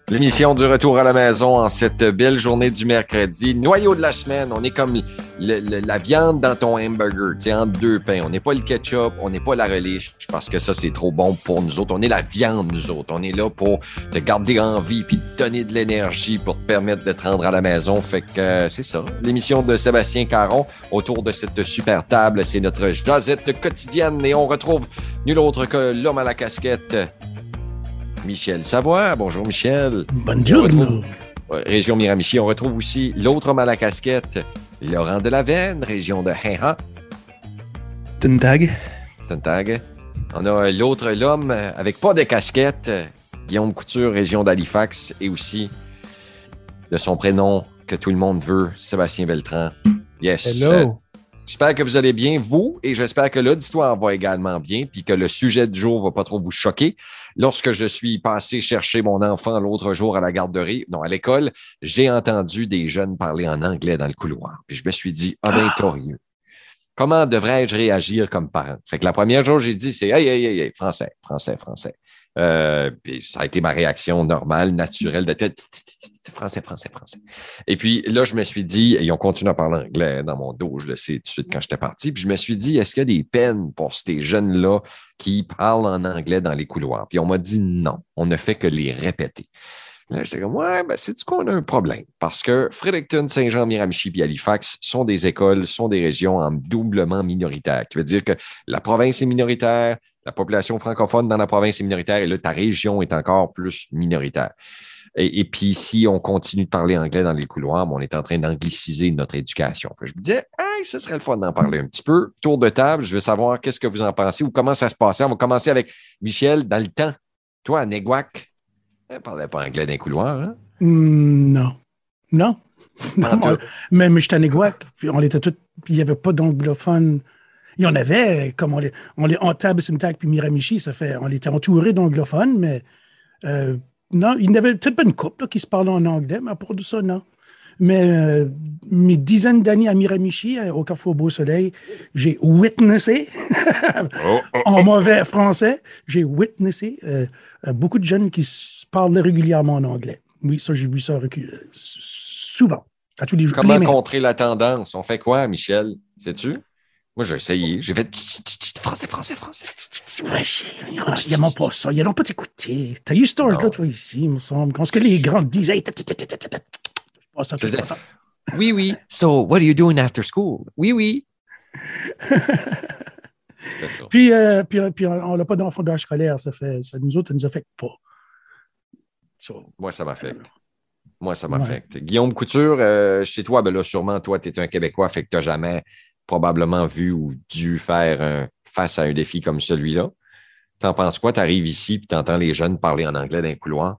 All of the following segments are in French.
L'émission du retour à la maison en cette belle journée du mercredi. Noyau de la semaine, on est comme la viande dans ton hamburger, tu sais, entre deux pains. On n'est pas le ketchup, on n'est pas la relish, parce que ça, c'est trop bon pour nous autres. On est la viande, nous autres. On est là pour te garder en vie puis te donner de l'énergie pour te permettre de te rendre à la maison. Fait que c'est ça. L'émission de Sébastien Caron autour de cette super table, c'est notre jasette quotidienne et on retrouve nul autre que l'homme à la casquette, Michel Savoie. Bonjour, Michel. Bonjour. Région Miramichi. On retrouve aussi l'autre homme à la casquette, Laurent Delavenne, région de Hérin. Tuntag. On a l'homme avec pas de casquette, Guillaume Couture, région d'Halifax, et aussi de son prénom que tout le monde veut, Sébastien Beltran. Yes. Hello. J'espère que vous allez bien, vous, et j'espère que l'auditoire va également bien, puis que le sujet du jour ne va pas trop vous choquer. Lorsque je suis passé chercher mon enfant l'autre jour à la garderie, non, à l'école, j'ai entendu des jeunes parler en anglais dans le couloir. Puis je me suis dit, torieux. Comment devrais-je réagir comme parent? Fait que la première chose, j'ai dit, c'est hey, français. Puis ça a été ma réaction normale, naturelle de tête, français. Et puis là, je me suis dit, ils ont continué à parler anglais dans mon dos, je le sais tout de suite quand j'étais parti. Puis je me suis dit, est-ce qu'il y a des peines pour ces jeunes-là qui parlent en anglais dans les couloirs? Puis on m'a dit non, on ne fait que les répéter. Là, j'étais comme, c'est-tu qu'on a un problème? Parce que Fredericton, Saint-Jean, Miramichi et Halifax sont des écoles, sont des régions en doublement minoritaires, qui veut dire que la province est minoritaire, la population francophone dans la province est minoritaire et là, ta région est encore plus minoritaire. Et puis, si on continue de parler anglais dans les couloirs, on est en train d'angliciser notre éducation. Fait que je me disais, ce serait le fun d'en parler un petit peu. Tour de table, je veux savoir qu'est-ce que vous en pensez ou comment ça se passait. On va commencer avec Michel, dans le temps. Toi, à Neguac, on ne parlait pas anglais dans les couloirs, hein? Non. Mais j'étais à Neguac, puis on était tous, puis il n'y avait pas d'anglophones. Il y en avait, comme on les Antibes, Syntac puis Miramichi, on était entourés d'anglophones, mais non, il y avait peut-être pas une couple là, qui se parlait en anglais, mais à part de ça, non. Mais mes dizaines d'années à Miramichi, au Carrefour Beau Soleil, j'ai witnessé, en mauvais français, j'ai witnessé beaucoup de jeunes qui se parlaient régulièrement en anglais. Oui, ça, j'ai vu ça souvent, à tous les jours. Comment contrer la tendance? On fait quoi, Michel? Sais-tu? Moi, j'ai essayé. J'ai fait français. Il n'y a pas ça. Ils n'ont pas t'écouter. T'as eu ce là, toi, ici, il me semble. Quand ce que les grands disaient, pas ça. Oui. So, what are you doing after school? Oui. Puis, on n'a pas d'enfants d'âge scolaire. Ça nous autres, ça nous affecte pas. Moi, ça m'affecte. Guillaume Couture, chez toi, ben là, sûrement, toi, tu es un Québécois, fait que tu n'as jamais probablement vu ou dû faire face à un défi comme celui-là. T'en penses quoi? Tu arrives ici et tu entends les jeunes parler en anglais dans les couloirs?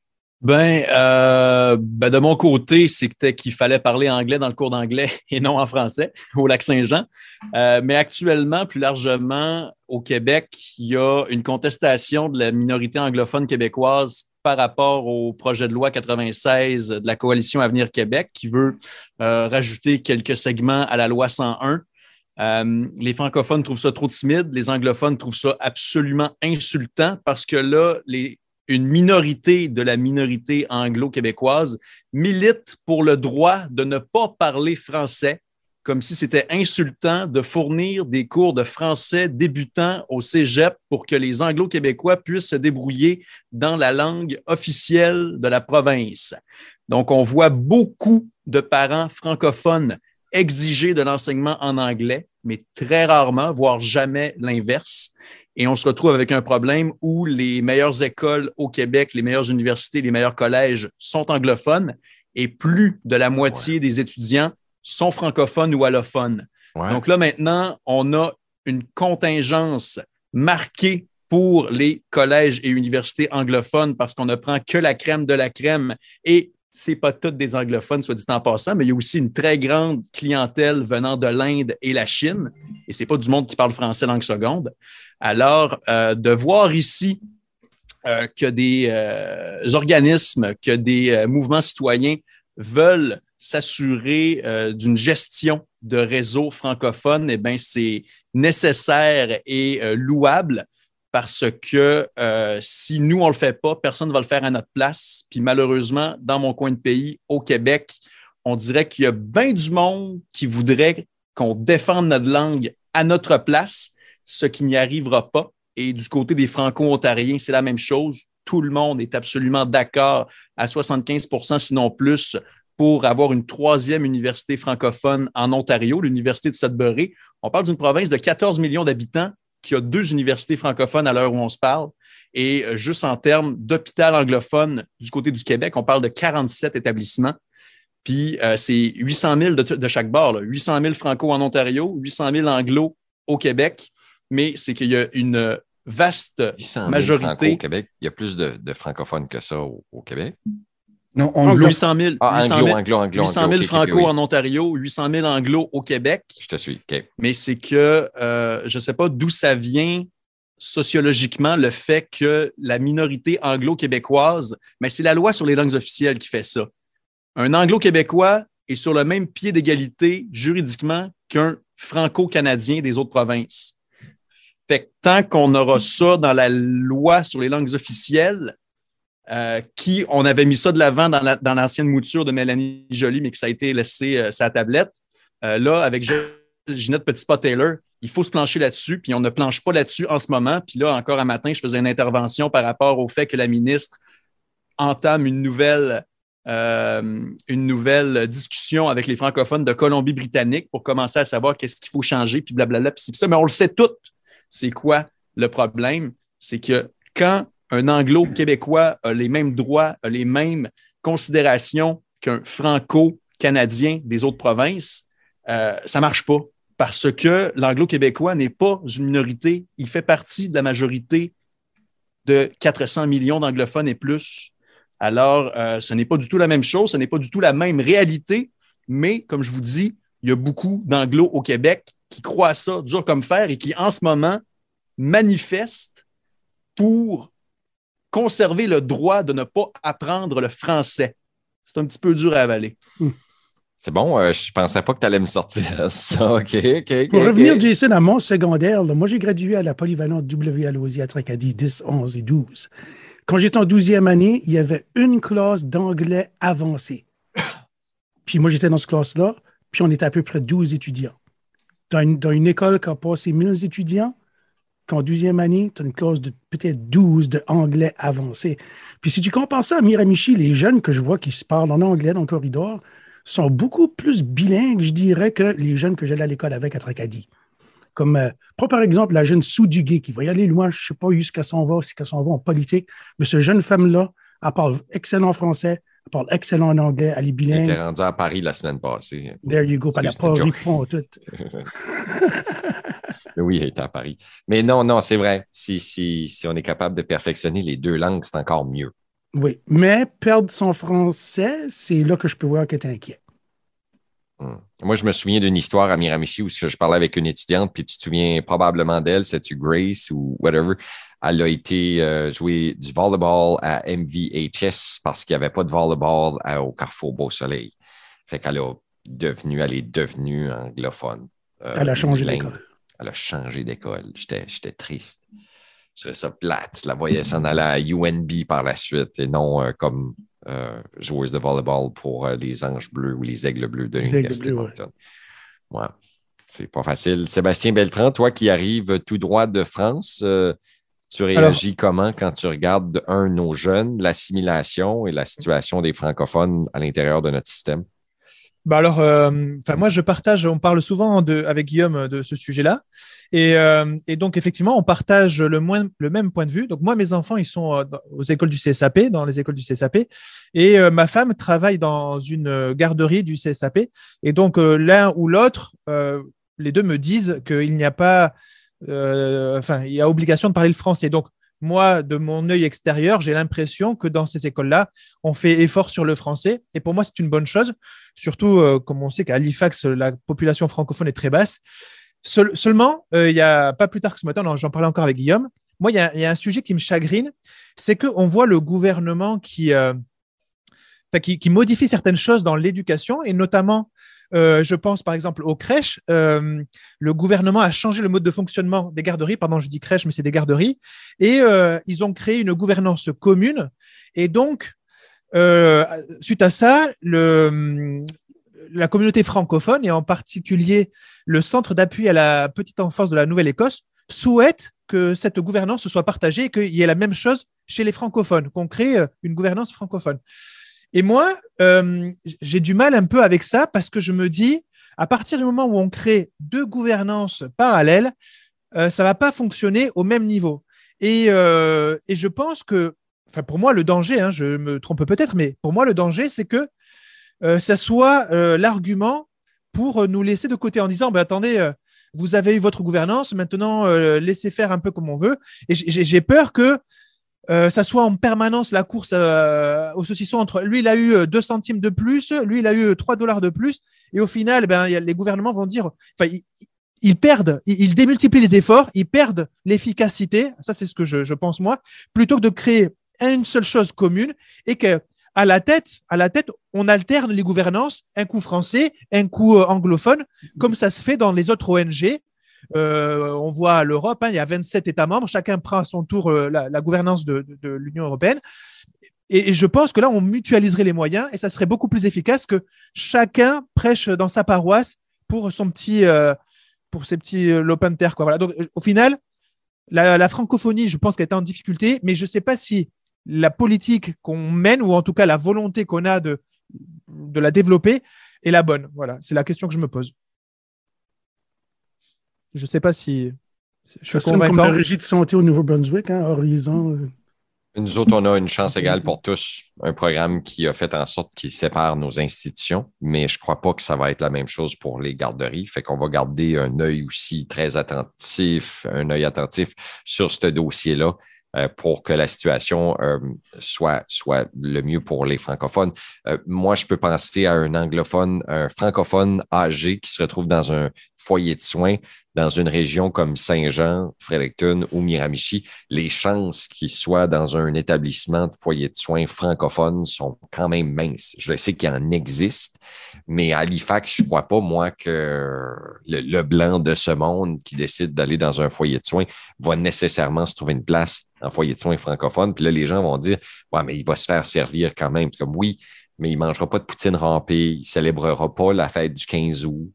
De mon côté, c'était qu'il fallait parler anglais dans le cours d'anglais et non en français au Lac-Saint-Jean. Mais actuellement, plus largement, au Québec, il y a une contestation de la minorité anglophone québécoise par rapport au projet de loi 96 de la Coalition Avenir Québec qui veut rajouter quelques segments à la loi 101. Les francophones trouvent ça trop timide, les anglophones trouvent ça absolument insultant parce que là, une minorité de la minorité anglo-québécoise milite pour le droit de ne pas parler français, comme si c'était insultant de fournir des cours de français débutants au cégep pour que les anglo-québécois puissent se débrouiller dans la langue officielle de la province. Donc, on voit beaucoup de parents francophones exiger de l'enseignement en anglais, mais très rarement, voire jamais l'inverse. Et on se retrouve avec un problème où les meilleures écoles au Québec, les meilleures universités, les meilleurs collèges sont anglophones et plus de la moitié des étudiants sont francophones ou allophones. Ouais. Donc là, maintenant, on a une contingence marquée pour les collèges et universités anglophones parce qu'on ne prend que la crème de la crème et ce n'est pas toutes des anglophones, soit dit en passant, mais il y a aussi une très grande clientèle venant de l'Inde et la Chine et ce n'est pas du monde qui parle français langue seconde. Alors, de voir ici que des organismes, que des mouvements citoyens veulent s'assurer d'une gestion de réseaux francophones, eh bien, c'est nécessaire et louable parce que si nous, on ne le fait pas, personne ne va le faire à notre place. Puis malheureusement, dans mon coin de pays, au Québec, on dirait qu'il y a bien du monde qui voudrait qu'on défende notre langue à notre place, ce qui n'y arrivera pas. Et du côté des Franco-Ontariens, c'est la même chose. Tout le monde est absolument d'accord à 75%, sinon plus, pour avoir une troisième université francophone en Ontario, l'Université de Sudbury. On parle d'une province de 14 millions d'habitants qui a 2 universités francophones à l'heure où on se parle. Et juste en termes d'hôpital anglophone du côté du Québec, on parle de 47 établissements. Puis c'est 800 000 de chaque bord, là. 800 000 franco en Ontario, 800 000 anglo au Québec. Mais c'est qu'il y a une vaste majorité. Au Québec, il y a plus de francophones que ça au Québec. Non, anglo. 800 000, franco en Ontario, 800 000 anglo au Québec. Je te suis. Okay. Mais c'est que je ne sais pas d'où ça vient sociologiquement, le fait que la minorité anglo-québécoise, mais c'est la loi sur les langues officielles qui fait ça. Un anglo-québécois est sur le même pied d'égalité juridiquement qu'un franco-canadien des autres provinces. Fait que tant qu'on aura ça dans la loi sur les langues officielles, on avait mis ça de l'avant dans l'ancienne mouture de Mélanie Joly, mais que ça a été laissé sa tablette. Là, avec Ginette Petitpas-Taylor, il faut se plancher là-dessus, puis on ne planche pas là-dessus en ce moment. Puis là, encore un matin, je faisais une intervention par rapport au fait que la ministre entame une nouvelle discussion avec les francophones de Colombie-Britannique pour commencer à savoir qu'est-ce qu'il faut changer, puis blablabla, puis c'est ça. Mais on le sait tout. C'est quoi le problème? C'est que quand un anglo-québécois a les mêmes droits, a les mêmes considérations qu'un franco-canadien des autres provinces, ça ne marche pas. Parce que l'anglo-québécois n'est pas une minorité. Il fait partie de la majorité de 400 millions d'anglophones et plus. Alors, ce n'est pas du tout la même chose, ce n'est pas du tout la même réalité, mais comme je vous dis, il y a beaucoup d'anglos au Québec qui croient à ça dur comme fer et qui, en ce moment, manifestent pour conserver le droit de ne pas apprendre le français. C'est un petit peu dur à avaler. C'est bon, je ne pensais pas que tu allais me sortir ça. OK. Pour revenir, Jason, à mon secondaire, là, moi, j'ai gradué à la polyvalente WA à Tracadie 10, 11 et 12. Quand j'étais en 12e année, il y avait une classe d'anglais avancé. Puis moi, j'étais dans cette classe-là, puis on était à peu près 12 étudiants. Dans une école qui a passé 1000 étudiants, qu'en 12e année, tu as une classe de peut-être 12 d'anglais avancé. Puis si tu compares ça à Miramichi, les jeunes que je vois qui se parlent en anglais dans le corridor sont beaucoup plus bilingues, je dirais, que les jeunes que j'allais à l'école avec à Tracadie. Comme, prends par exemple la jeune Sue Duguay qui va y aller loin, je ne sais pas jusqu'à son va, si qu'elle s'en va en politique, mais cette jeune femme-là, elle parle excellent français, elle parle excellent en anglais, elle est bilingue. Elle était rendue à Paris la semaine passée. There you go, elle n'a pas répond tout. Oui, elle était à Paris. Mais non, c'est vrai. Si on est capable de perfectionner les deux langues, c'est encore mieux. Oui, mais perdre son français, c'est là que je peux voir qu'elle est inquiet. Moi, je me souviens d'une histoire à Miramichi où je parlais avec une étudiante, puis tu te souviens probablement d'elle, c'est-tu Grace ou whatever. Elle a été jouer du volleyball à MVHS parce qu'il n'y avait pas de volleyball au Carrefour Beau-Soleil. Fait qu'elle est devenue anglophone. Elle a changé d'école. Elle a changé d'école. J'étais triste. Je trouvais ça plate. Je la voyais s'en aller à UNB par la suite et non comme joueuse de volleyball pour les Anges Bleus ou les Aigles Bleus de l'Université de Moncton. Ouais, c'est pas facile. Sébastien Beltran, toi qui arrives tout droit de France, tu réagis comment quand tu regardes, nos jeunes, l'assimilation et la situation des francophones à l'intérieur de notre système? Bah alors, moi, je partage, on parle souvent avec Guillaume de ce sujet-là. Et donc, effectivement, on partage le même point de vue. Donc, moi, mes enfants, ils sont aux écoles du CSAP, dans les écoles du CSAP. Et ma femme travaille dans une garderie du CSAP. Et donc, l'un ou l'autre, les deux me disent qu'il n'y a pas, il y a obligation de parler le français. Donc, moi, de mon œil extérieur, j'ai l'impression que dans ces écoles-là, on fait effort sur le français. Et pour moi, c'est une bonne chose, surtout comme on sait qu'à Halifax, la population francophone est très basse. Seulement, il n'y a pas plus tard que ce matin, j'en parlais encore avec Guillaume, moi, il y a un sujet qui me chagrine, c'est qu'on voit le gouvernement qui modifie certaines choses dans l'éducation et notamment Je pense par exemple aux crèches. Le gouvernement a changé le mode de fonctionnement des garderies. Pardon, je dis crèche, mais c'est des garderies. Et ils ont créé une gouvernance commune. Et donc, suite à ça, la communauté francophone, et en particulier le Centre d'appui à la petite enfance de la Nouvelle-Écosse, souhaite que cette gouvernance soit partagée et qu'il y ait la même chose chez les francophones, qu'on crée une gouvernance francophone. Et moi, j'ai du mal un peu avec ça parce que je me dis, à partir du moment où on crée deux gouvernances parallèles, ça ne va pas fonctionner au même niveau. Et je pense que, enfin pour moi, le danger, hein, je me trompe peut-être, mais pour moi, le danger, c'est que ça soit l'argument pour nous laisser de côté en disant, attendez, vous avez eu votre gouvernance, maintenant laissez faire un peu comme on veut. Et j'ai peur que ça soit en permanence la course au saucisson entre lui, il a eu 2 centimes de plus, lui, il a eu $3 de plus. Et au final, les gouvernements vont dire, ils perdent, ils démultiplient les efforts, ils perdent l'efficacité. Ça, c'est ce que je pense moi, plutôt que de créer une seule chose commune et que à la tête, on alterne les gouvernances, un coup français, un coup anglophone, comme ça se fait dans les autres ONG. On voit l'Europe, il y a 27 États membres, chacun prend à son tour la gouvernance de l'Union européenne. Et je pense que là, on mutualiserait les moyens et ça serait beaucoup plus efficace que chacun prêche dans sa paroisse pour ses petits lopins de terre, quoi. Voilà. Donc, au final, la francophonie, je pense qu'elle est en difficulté, mais je ne sais pas si la politique qu'on mène, ou en tout cas la volonté qu'on a de la développer, est la bonne. Voilà, c'est la question que je me pose. Je ne sais pas si je suis convaincant. Comme la régie de santé au Nouveau-Brunswick, Horizon. Nous autres, on a une chance égale pour tous, un programme qui a fait en sorte qu'il sépare nos institutions, mais je ne crois pas que ça va être la même chose pour les garderies. Fait qu'on va garder un œil aussi très attentif, sur ce dossier-là pour que la situation soit le mieux pour les francophones. Moi, je peux penser à un francophone âgé qui se retrouve dans un foyer de soins dans une région comme Saint-Jean, Fredericton ou Miramichi. Les chances qu'il soit dans un établissement de foyer de soins francophone sont quand même minces. Je sais qu'il en existe, mais à Halifax, je ne crois pas, moi, que le blanc de ce monde qui décide d'aller dans un foyer de soins va nécessairement se trouver une place en foyer de soins francophone. Puis là, les gens vont dire, ouais, mais il va se faire servir quand même. C'est comme, oui, mais il ne mangera pas de poutine râpée, il ne célébrera pas la fête du 15 août.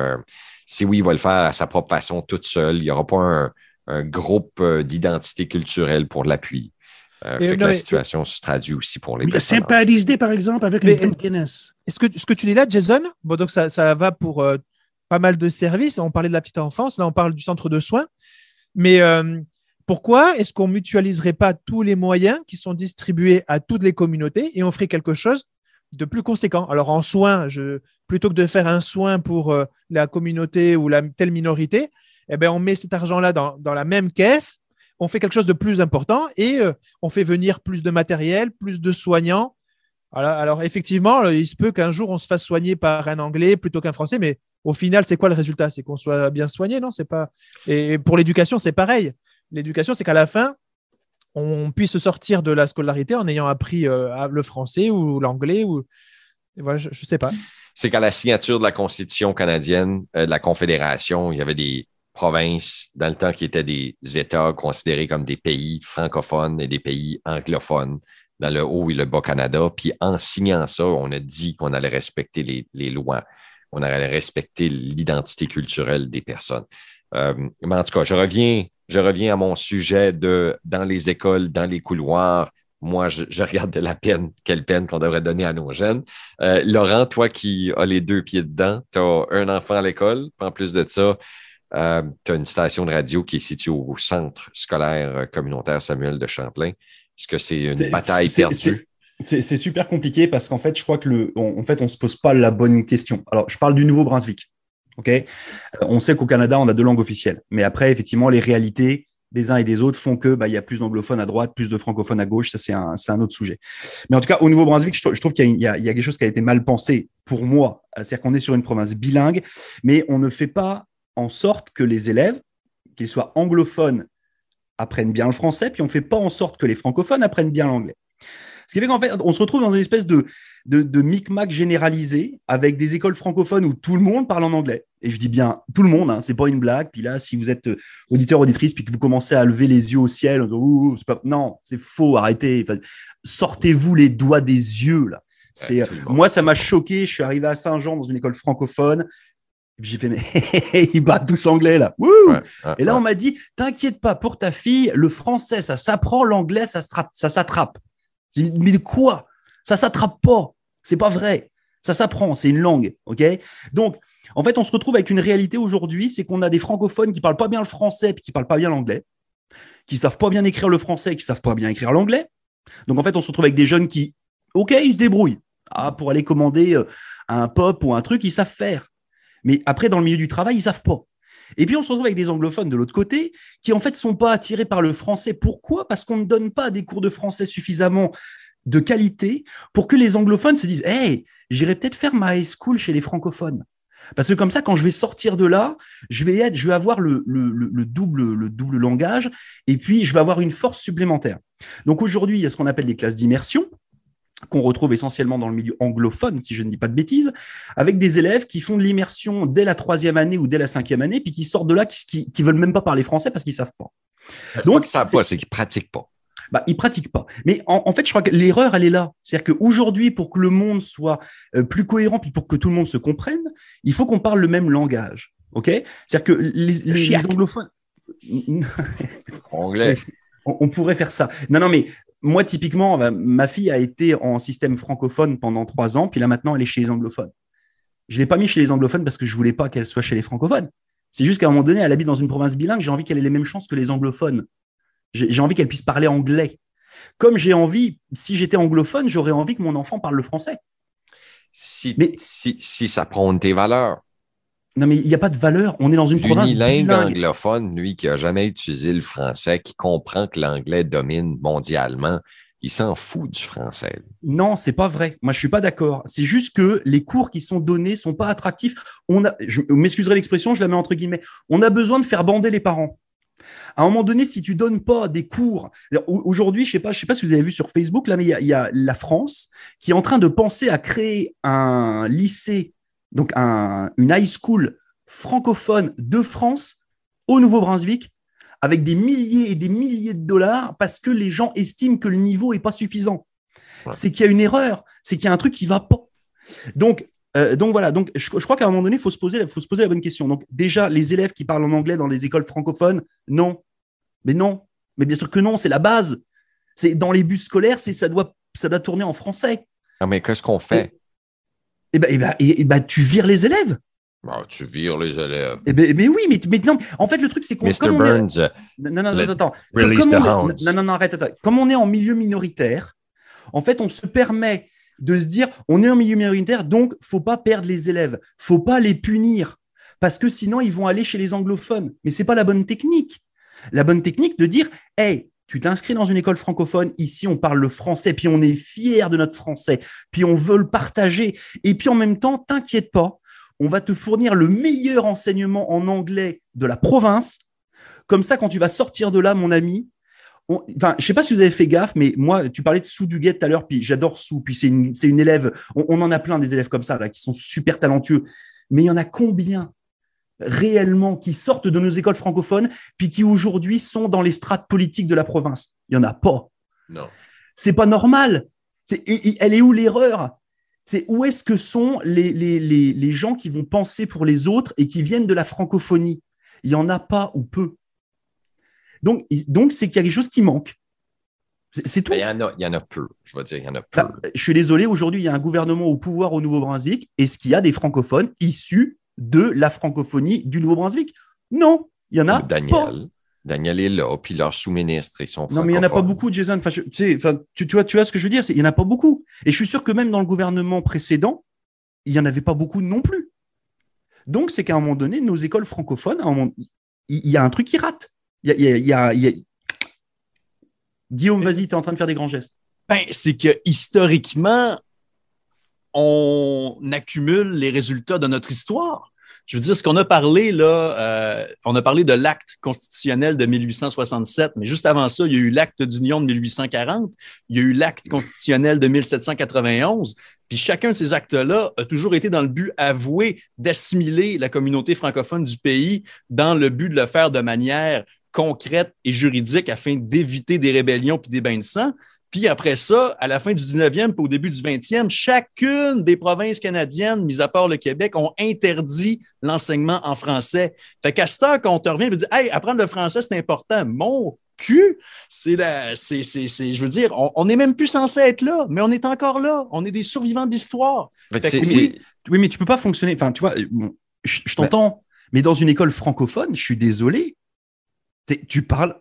Si oui, il va le faire à sa propre façon, toute seule. Il n'y aura pas un groupe d'identité culturelle pour l'appuyer. Fait que la situation se traduit aussi pour les personnes. Sympathiser, par exemple, avec une Guinness. Ce que tu dis là, Jason, donc ça va pour pas mal de services. On parlait de la petite enfance, là on parle du centre de soins. Mais pourquoi est-ce qu'on ne mutualiserait pas tous les moyens qui sont distribués à toutes les communautés et on ferait quelque chose de plus conséquent? Alors en soins, plutôt que de faire un soin pour la communauté ou la telle minorité, on met cet argent-là dans la même caisse, on fait quelque chose de plus important et on fait venir plus de matériel, plus de soignants. Alors effectivement, il se peut qu'un jour on se fasse soigner par un Anglais plutôt qu'un Français, mais au final, c'est quoi le résultat? C'est qu'on soit bien soigné, non? C'est pas... Et pour l'éducation, c'est pareil. L'éducation, c'est qu'à la fin, on puisse sortir de la scolarité en ayant appris le français ou l'anglais. Voilà, je ne sais pas. C'est qu'à la signature de la Constitution canadienne, de la Confédération, il y avait des provinces dans le temps qui étaient des États considérés comme des pays francophones et des pays anglophones dans le Haut et le Bas-Canada. Puis en signant ça, on a dit qu'on allait respecter les lois. On allait respecter l'identité culturelle des personnes. Mais en tout cas, je reviens à mon sujet de dans les écoles, dans les couloirs. Moi, je regarde de la peine, quelle peine qu'on devrait donner à nos jeunes. Laurent, toi qui as les 2 pieds dedans, tu as un enfant à l'école. En plus de ça, tu as une station de radio qui est située au centre scolaire communautaire Samuel de Champlain. Est-ce que c'est une bataille perdue? C'est super compliqué parce qu'en fait, je crois que on ne se pose pas la bonne question. Alors, je parle du Nouveau-Brunswick. Okay, on sait qu'au Canada, on a 2 langues officielles. Mais après, effectivement, les réalités des uns et des autres font que y a plus d'anglophones à droite, plus de francophones à gauche. Ça, c'est un autre sujet. Mais en tout cas, au Nouveau-Brunswick, je trouve qu'il y a quelque chose qui a été mal pensé pour moi. C'est-à-dire qu'on est sur une province bilingue, mais on ne fait pas en sorte que les élèves, qu'ils soient anglophones, apprennent bien le français, puis on ne fait pas en sorte que les francophones apprennent bien l'anglais. Ce qui fait qu'en fait, on se retrouve dans une espèce de micmac généralisé avec des écoles francophones où tout le monde parle en anglais. Et je dis bien tout le monde, hein, c'est pas une blague. Puis là, si vous êtes auditeur, auditrice, puis que vous commencez à lever les yeux au ciel, non, c'est faux, arrêtez. Enfin, sortez-vous les doigts des yeux, là. Moi, ça m'a choqué. Je suis arrivé à Saint-Jean dans une école francophone. J'ai fait, mais ils battent tous anglais, là. Et là, on m'a dit, t'inquiète pas, pour ta fille, le français, ça s'apprend, l'anglais, ça s'attrape. J'ai dit, mais de quoi? Ça s'attrape pas. C'est pas vrai. Ça s'apprend, c'est une langue. OK? Donc, en fait, on se retrouve avec une réalité aujourd'hui, c'est qu'on a des francophones qui parlent pas bien le français et qui parlent pas bien l'anglais, qui savent pas bien écrire le français et qui savent pas bien écrire l'anglais. Donc, en fait, on se retrouve avec des jeunes qui, OK, ils se débrouillent. Pour aller commander un pop ou un truc, ils savent faire. Mais après, dans le milieu du travail, ils ne savent pas. Et puis, on se retrouve avec des anglophones de l'autre côté qui, en fait, ne sont pas attirés par le français. Pourquoi? Parce qu'on ne donne pas des cours de français suffisamment de qualité pour que les anglophones se disent « Hey, j'irai peut-être faire ma high school chez les francophones. » Parce que comme ça, quand je vais sortir de là, je vais avoir le double langage et puis je vais avoir une force supplémentaire. Donc, aujourd'hui, il y a ce qu'on appelle des classes d'immersion, qu'on retrouve essentiellement dans le milieu anglophone, si je ne dis pas de bêtises, avec des élèves qui font de l'immersion dès la 3e année ou dès la 5e année, puis qui sortent de là, qui veulent même pas parler français parce qu'ils savent pas. Donc, pas qu'ils savent pas, c'est qu'ils pratiquent pas. Ils pratiquent pas. Mais en fait, je crois que l'erreur, elle est là. C'est-à-dire qu'aujourd'hui, pour que le monde soit plus cohérent, puis pour que tout le monde se comprenne, il faut qu'on parle le même langage. OK? C'est-à-dire que les anglophones... Anglais. On pourrait faire ça. Non, mais moi, typiquement, ma fille a été en système francophone pendant 3 ans, puis là, maintenant, elle est chez les anglophones. Je ne l'ai pas mis chez les anglophones parce que je ne voulais pas qu'elle soit chez les francophones. C'est juste qu'à un moment donné, elle habite dans une province bilingue, j'ai envie qu'elle ait les mêmes chances que les anglophones. J'ai envie qu'elle puisse parler anglais. Comme j'ai envie, si j'étais anglophone, j'aurais envie que mon enfant parle le français. Si ça prône tes valeurs. Non, mais il n'y a pas de valeur. On est dans une province bilingue. bilingue. Anglophone, lui, qui n'a jamais utilisé le français, qui comprend que l'anglais domine mondialement, il s'en fout du français. Non, c'est pas vrai. Moi, je suis pas d'accord. C'est juste que les cours qui sont donnés sont pas attractifs. Je m'excuserai l'expression, je la mets entre guillemets. On a besoin de faire bander les parents. À un moment donné, si tu donnes pas des cours, aujourd'hui, je sais pas si vous avez vu sur Facebook, là, mais il y a la France qui est en train de penser à créer un lycée, donc une high school francophone de France au Nouveau-Brunswick, avec des milliers et des milliers de dollars parce que les gens estiment que le niveau est pas suffisant. Ouais. C'est qu'il y a une erreur, c'est qu'il y a un truc qui va pas. Donc voilà, donc je crois qu'à un moment donné, il faut se poser la bonne question. Donc déjà, les élèves qui parlent en anglais dans les écoles francophones, non. Mais bien sûr que non, c'est la base. C'est dans les bus scolaires, ça doit tourner en français. Non, mais qu'est-ce qu'on fait? Tu vires les élèves. Tu vires les élèves. Mais oui, mais non. En fait, le truc, c'est qu'on. Mr. Burns. Attends. Release the hounds. Non, arrête. Comme on est en milieu minoritaire, en fait, on se permet de se dire, on est en milieu minoritaire, donc faut pas perdre les élèves, faut pas les punir, parce que sinon ils vont aller chez les anglophones. Mais c'est pas la bonne technique. La bonne technique de dire, hey, tu t'inscris dans une école francophone, ici on parle le français, puis on est fiers de notre français, puis on veut le partager, et puis en même temps, t'inquiète pas, on va te fournir le meilleur enseignement en anglais de la province. Comme ça, quand tu vas sortir de là, mon ami, je ne sais pas si vous avez fait gaffe, mais moi, tu parlais de Sue Duguet tout à l'heure, puis j'adore Sue, puis c'est une élève, on en a plein des élèves comme ça, là, qui sont super talentueux, mais il y en a combien réellement qui sortent de nos écoles francophones, puis qui aujourd'hui sont dans les strates politiques de la province? Il n'y en a pas. Non. C'est pas normal. Elle est où l'erreur? C'est où est-ce que sont les gens qui vont penser pour les autres et qui viennent de la francophonie? Il n'y en a pas ou peu. Donc, c'est qu'il y a quelque chose qui manque. C'est tout. Il y en a peu. Je vais dire, il y en a peu. Je suis désolé, aujourd'hui, il y a un gouvernement au pouvoir au Nouveau-Brunswick. Est-ce qu'il y a des francophones issus de la francophonie du Nouveau-Brunswick? Non, il y en a pas. Daniel est là, puis leurs sous-ministres, ils sont francophones. Non, mais il n'y en a pas beaucoup, Jason. Tu vois ce que je veux dire? Il n'y en a pas beaucoup. Et je suis sûr que même dans le gouvernement précédent, il n'y en avait pas beaucoup non plus. Donc, c'est qu'à un moment donné, nos écoles francophones, il y a un truc qui rate. Guillaume, vas-y, tu es en train de faire des grands gestes. C'est que historiquement, on accumule les résultats de notre histoire. Je veux dire, ce qu'on a parlé là, on a parlé de l'acte constitutionnel de 1867, mais juste avant ça, il y a eu l'acte d'union de 1840, il y a eu l'acte constitutionnel de 1791, puis chacun de ces actes-là a toujours été dans le but avoué d'assimiler la communauté francophone du pays dans le but de le faire de manière concrète et juridique afin d'éviter des rébellions puis des bains de sang. Puis après ça, à la fin du 19e puis au début du 20e, chacune des provinces canadiennes, mis à part le Québec, ont interdit l'enseignement en français. Fait qu'à cette heure, quand on te revient et dit « Hey, apprendre le français, c'est important. » Mon cul, je veux dire, on n'est même plus censé être là, mais on est encore là. On est des survivants d'histoire. Oui, mais tu peux pas fonctionner. Enfin, tu vois, je t'entends, mais dans une école francophone, je suis désolé, tu parles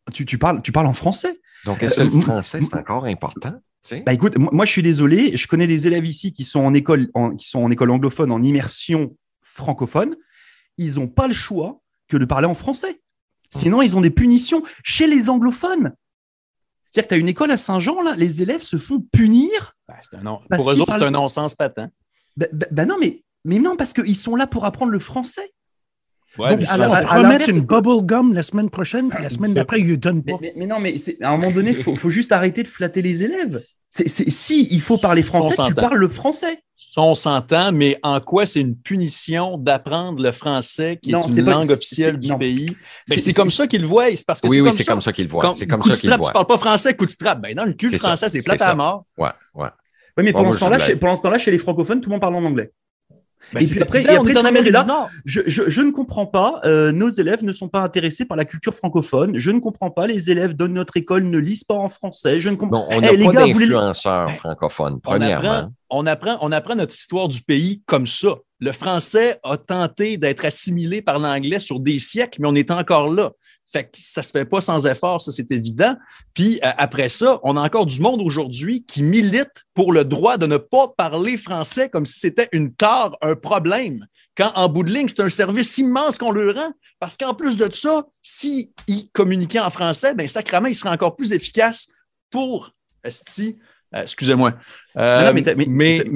en français. Donc, est-ce que le français, c'est encore important? Bah écoute, moi, je suis désolé. Je connais des élèves ici qui sont en école anglophone, en immersion francophone. Ils n'ont pas le choix que de parler en français. Sinon, ils ont des punitions chez les anglophones. C'est-à-dire que tu as une école à Saint-Jean, là, les élèves se font punir. Pour eux autres, c'est un non-sens patent. Non, mais non, parce qu'ils sont là pour apprendre le français. Ouais, donc, alors, promettre une bubble gum la semaine prochaine, puis la semaine d'après, ils ne donnent pas. Mais non, mais à un moment donné, il faut juste arrêter de flatter les élèves. Si il faut parler français, tu parles le français. Ça, on s'entend, mais en quoi c'est une punition d'apprendre le français qui est une langue officielle du pays? C'est comme ça qu'ils le voient. C'est comme ça qu'ils le voient. C'est comme ça qu'ils le voient. Tu parles pas français, coup de strap. Ben non, le cul français, c'est plate à mort. Ouais. Oui, mais pendant ce temps-là, chez les francophones, tout le monde parle en anglais. Et puis après, on est en Amérique du Nord. Je ne comprends pas. Nos élèves ne sont pas intéressés par la culture francophone. Je ne comprends pas. Les élèves de notre école ne lisent pas en français. Je ne comprends. On n'a pas d'influenceurs francophones. Premièrement, on apprend notre histoire du pays comme ça. Le français a tenté d'être assimilé par l'anglais sur des siècles, mais on est encore là. Fait que ça se fait pas sans effort, ça c'est évident. Puis après ça, on a encore du monde aujourd'hui qui milite pour le droit de ne pas parler français comme si c'était une tare, un problème. Quand en bout de ligne, c'est un service immense qu'on leur rend. Parce qu'en plus de ça, s'ils communiquaient en français, ben sacrément, ils seraient encore plus efficaces pour excusez-moi. Mais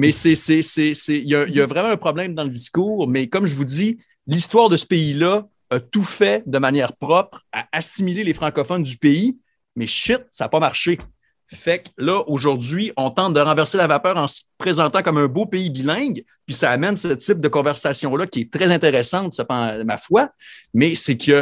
il y a vraiment un problème dans le discours. Mais comme je vous dis, l'histoire de ce pays-là a tout fait de manière propre à assimiler les francophones du pays, mais shit, ça n'a pas marché. Fait que là, aujourd'hui, on tente de renverser la vapeur en se présentant comme un beau pays bilingue, puis ça amène ce type de conversation-là qui est très intéressante, ma foi, mais c'est que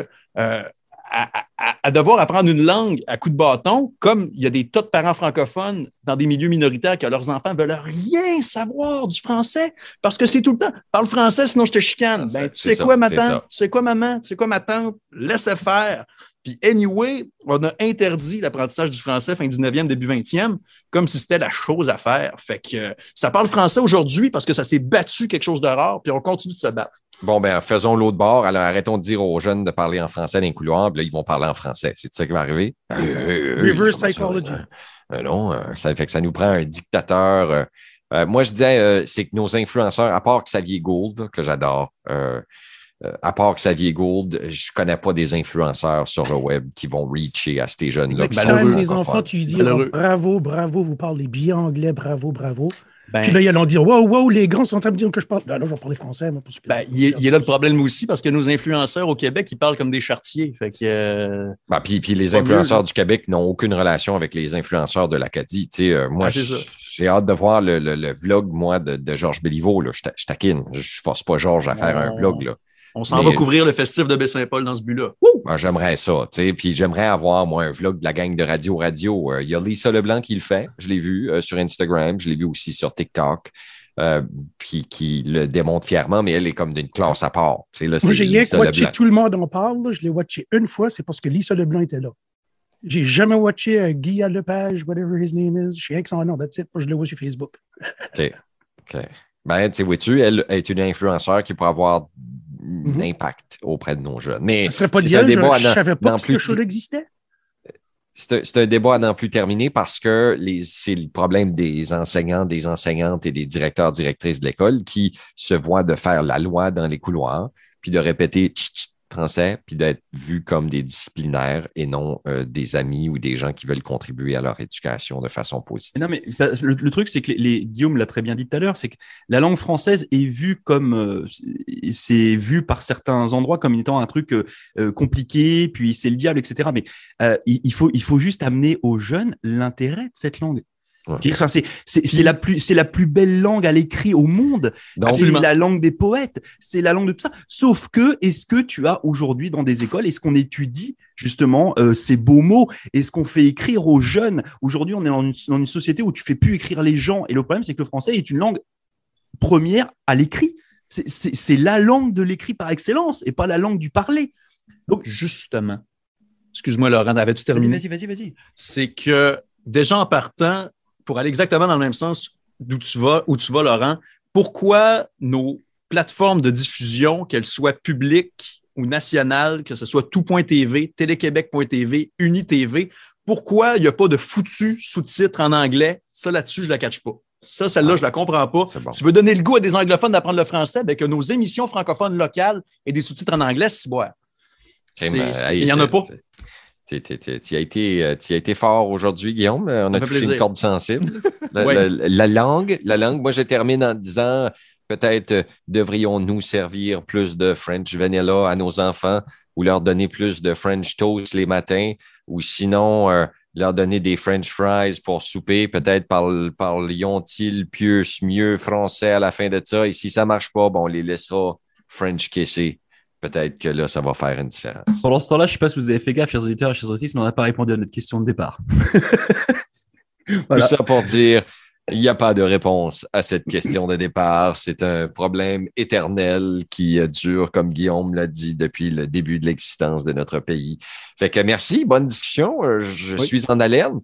à devoir apprendre une langue à coups de bâton, comme il y a des tas de parents francophones dans des milieux minoritaires que leurs enfants veulent rien savoir du français parce que c'est tout le temps « parle français, sinon je te chicane ». Ben, tu sais quoi, ma tante? Tu sais quoi, maman? Tu sais quoi, ma tante? Laissez faire. Puis anyway, on a interdit l'apprentissage du français fin 19e, début 20e, comme si c'était la chose à faire. Fait que ça parle français aujourd'hui parce que ça s'est battu quelque chose de rare, puis on continue de se battre. Bon, ben faisons l'autre bord. Alors, arrêtons de dire aux jeunes de parler en français dans les couloirs, puis là, ils vont parler en français. C'est ça qui va arriver? Reverse psychology. Non, ça fait que ça nous prend un dictateur. Moi, je disais, c'est que nos influenceurs, à part Xavier Gould, que j'adore, à part Xavier Gould, je connais pas des influenceurs sur le web qui vont reacher à ces jeunes-là. Les enfants, tu dis bravo, vous parlez bien anglais, bravo. Puis là, ils allont dire wow, les grands sont en train de me dire que je parle. Là, je vais parler français. Moi, parce que il y a là le problème aussi parce que nos influenceurs au Québec, ils parlent comme des charretiers. Fait que, puis les influenceurs du Québec n'ont aucune relation avec les influenceurs de l'Acadie. Moi, j'ai hâte de voir le vlog, moi, de Georges Béliveau. Là. Je taquine. Je force pas Georges à faire un vlog. Là. On s'en va couvrir le festif de Baie-Saint-Paul dans ce but-là. J'aimerais ça, puis j'aimerais avoir, moi, un vlog de la gang de Radio. Il y a Lisa Leblanc qui le fait, je l'ai vu sur Instagram, je l'ai vu aussi sur TikTok, puis qui le démontre fièrement, mais elle est comme d'une classe à part. Là, moi, j'ai rien que watché, tout le monde en parle, là, je l'ai watché une fois, c'est parce que Lisa Leblanc était là. J'ai jamais watché Guy Lepage, whatever his name is, je sais rien que son nom, that's it, je le vois sur Facebook. OK. Ben, vois-tu, elle est une influenceur qui pourrait avoir un impact auprès de nos jeunes. Mais ce serait pas d'elle, je ne savais pas que ce show existait. C'est un débat à n'en plus terminer parce que c'est le problème des enseignants, des enseignantes et des directeurs, directrices de l'école qui se voient de faire la loi dans les couloirs puis de répéter français, puis d'être vus comme des disciplinaires et non des amis ou des gens qui veulent contribuer à leur éducation de façon positive. Non, mais le truc, c'est que Guillaume l'a très bien dit tout à l'heure, c'est que la langue française est vue comme, c'est vu par certains endroits comme étant un truc compliqué, puis c'est le diable, etc. Mais il faut juste amener aux jeunes l'intérêt de cette langue. Ouais. Enfin, c'est la plus belle langue à l'écrit au monde. C'est la langue des poètes. C'est la langue de tout ça. Sauf que, est-ce que tu as aujourd'hui dans des écoles, est-ce qu'on étudie justement ces beaux mots? Est-ce qu'on fait écrire aux jeunes? Aujourd'hui, on est dans une société où tu fais plus écrire les gens. Et le problème, c'est que le français est une langue première à l'écrit. C'est la langue de l'écrit par excellence et pas la langue du parler. Donc, justement, excuse-moi, Laurent, avais-tu terminé? Vas-y. C'est que déjà en partant, pour aller exactement dans le même sens où tu vas, Laurent, pourquoi nos plateformes de diffusion, qu'elles soient publiques ou nationales, que ce soit tout.tv, téléquébec.tv, UniTV, pourquoi il n'y a pas de foutus sous-titres en anglais? Ça, là-dessus, je ne la catch pas. Celle-là, je ne la comprends pas. Bon. Tu veux donner le goût à des anglophones d'apprendre le français, bien que nos émissions francophones locales aient des sous-titres en anglais, c'est boire. Il n'y en a pas. Tu as été fort aujourd'hui, Guillaume. On a touché une corde sensible. La langue, moi, je termine en disant peut-être devrions-nous servir plus de French vanilla à nos enfants ou leur donner plus de French toast les matins ou sinon leur donner des French fries pour souper. Peut-être parlions-ils mieux français à la fin de ça. Et si ça ne marche pas, on les laissera French kisser. Peut-être que là, ça va faire une différence. Pendant ce temps-là, je ne sais pas si vous avez fait gaffe, chers auditeurs et chers auditrices, mais on n'a pas répondu à notre question de départ. Voilà. Tout ça pour dire, il n'y a pas de réponse à cette question de départ. C'est un problème éternel qui dure, comme Guillaume l'a dit, depuis le début de l'existence de notre pays. Fait que merci, bonne discussion. Je suis en haleine.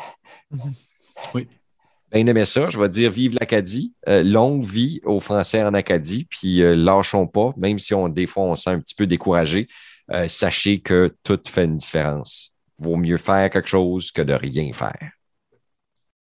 Oui. Bien aimé ça, je vais dire vive l'Acadie, longue vie aux Français en Acadie, puis lâchons pas, même si des fois on se sent un petit peu découragé, sachez que tout fait une différence. Vaut mieux faire quelque chose que de rien faire.